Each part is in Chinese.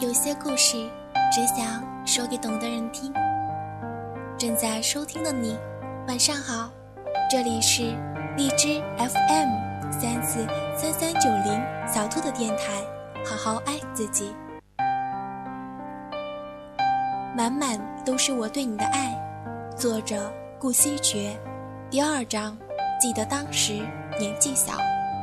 有些故事只想说给懂的人听。正在收听的你，晚上好，这里是荔枝 FM343390小兔的电台，好好爱自己。满满都是我对你的爱，作者顾惜觉，第2章，记得当时年纪小。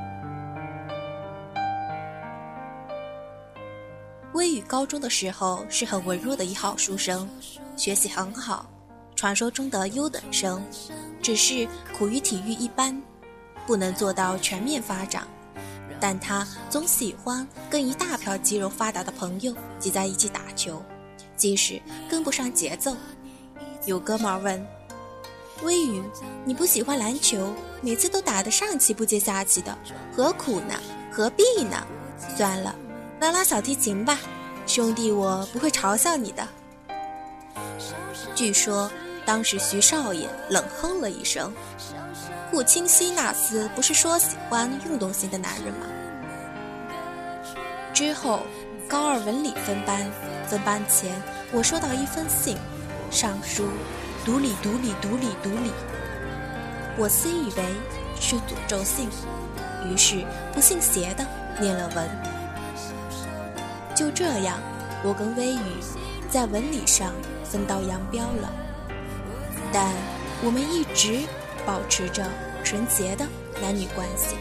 微雨高中的时候是很文弱的一号书生，学习很好，传说中的优等生，只是苦于体育一般，不能做到全面发展。但他总喜欢跟一大票肌肉发达的朋友挤在一起打球，即使跟不上节奏。有哥们儿问微雨，你不喜欢篮球，每次都打得上气不接下气的，何苦呢？何必呢？算了，拉拉小提琴吧，兄弟我不会嘲笑你的。据说当时徐少爷冷哼了一声，顾清溪那厮不是说喜欢运动型的男人吗？之后高2文理分班，分班前我收到一封信，上书读理，我私以为是诅咒信，于是不信邪的念了文。就这样，我跟微雨在文理上分道扬镳了，但我们一直保持着纯洁的男女关系。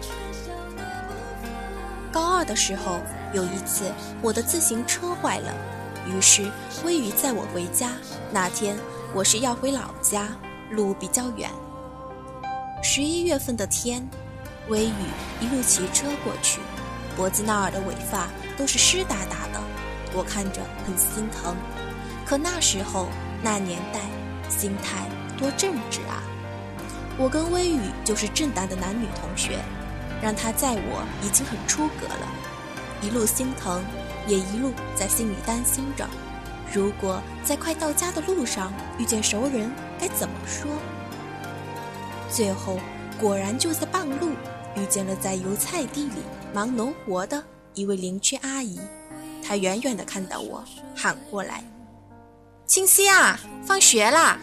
高2的时候，有一次我的自行车坏了，于是微雨载我回家。那天我是要回老家，路比较远。11月份的天，微雨一路骑车过去，脖子那儿的尾发都是湿哒哒的，我看着很心疼。可那时候那年代心态多正直啊！我跟微雨就是正当的男女同学，让他载我已经很出格了，一路心疼，也一路在心里担心着，如果在快到家的路上遇见熟人该怎么说。最后果然就在半路遇见了在油菜地里忙农活的一位邻居阿姨，她远远地看到我，喊过来，清溪啊，放学啦！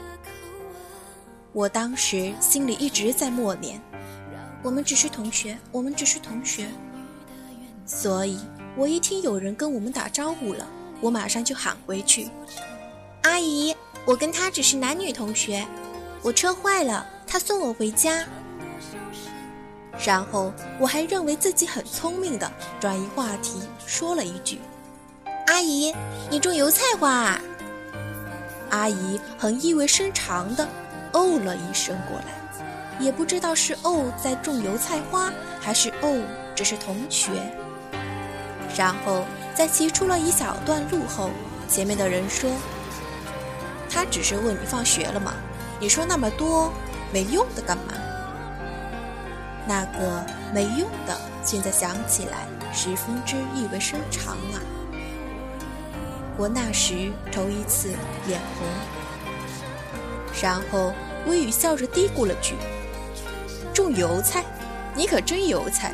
我当时心里一直在默念，我们只是同学，我们只是同学。所以我一听有人跟我们打招呼了，我马上就喊回去，阿姨，我跟他只是男女同学，我车坏了，他送我回家。然后我还认为自己很聪明的转移话题，说了一句，阿姨，你种油菜花啊？阿姨很意味深长的哦了一声过来，也不知道是哦在种油菜花，还是哦只是同学。然后在骑出了一小段路后，前面的人说，他只是问你放学了吗？你说那么多没用的干嘛？那个没用的现在想起来十分之意味深长啊。我那时头一次脸红。然后微雨笑着嘀咕了句，种油菜，你可真油菜。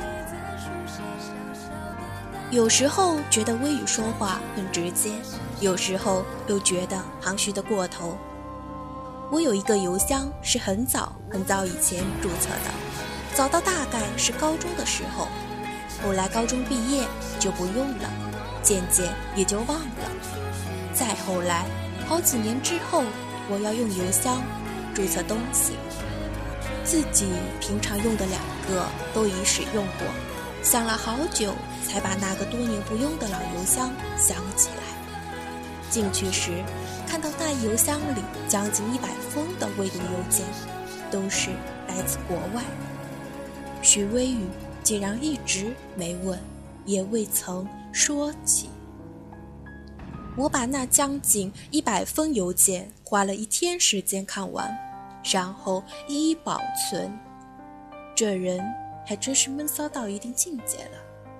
有时候觉得微雨说话很直接，有时候又觉得含蓄的过头。我有一个邮箱是很早以前注册的，早到大概是高中的时候，后来高中毕业就不用了，渐渐也就忘了。再后来好几年之后，我要用邮箱注册东西，自己平常用的2个都已使用过，想了好久才把那个多年不用的老邮箱想起来。进去时看到大邮箱里将近100封的未读邮件，都是来自国外。许微雨竟然一直没问，也未曾说起。我把那将近100封邮件花了1天时间看完，然后一一保存。这人还真是闷骚到一定境界了。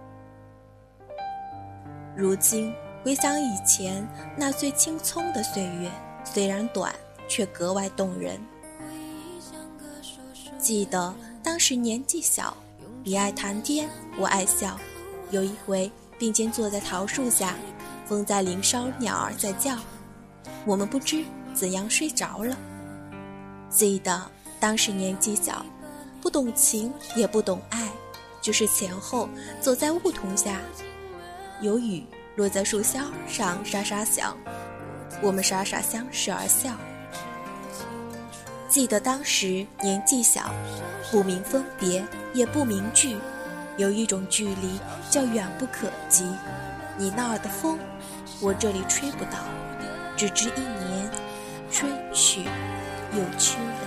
如今回想以前那最青葱的岁月，虽然短，却格外动人。记得当时年纪小，你爱谈天，我爱笑。有一回并肩坐在桃树下，风在林梢，鸟儿在叫，我们不知怎样睡着了。记得当时年纪小，不懂情也不懂爱，就是前后走在梧桐下，有雨落在树梢上沙沙响，我们傻傻相视而笑。记得当时年纪小，不明分别也不明距，有一种距离叫远不可及，你那儿的风我这里吹不到，只知一年春去又秋来。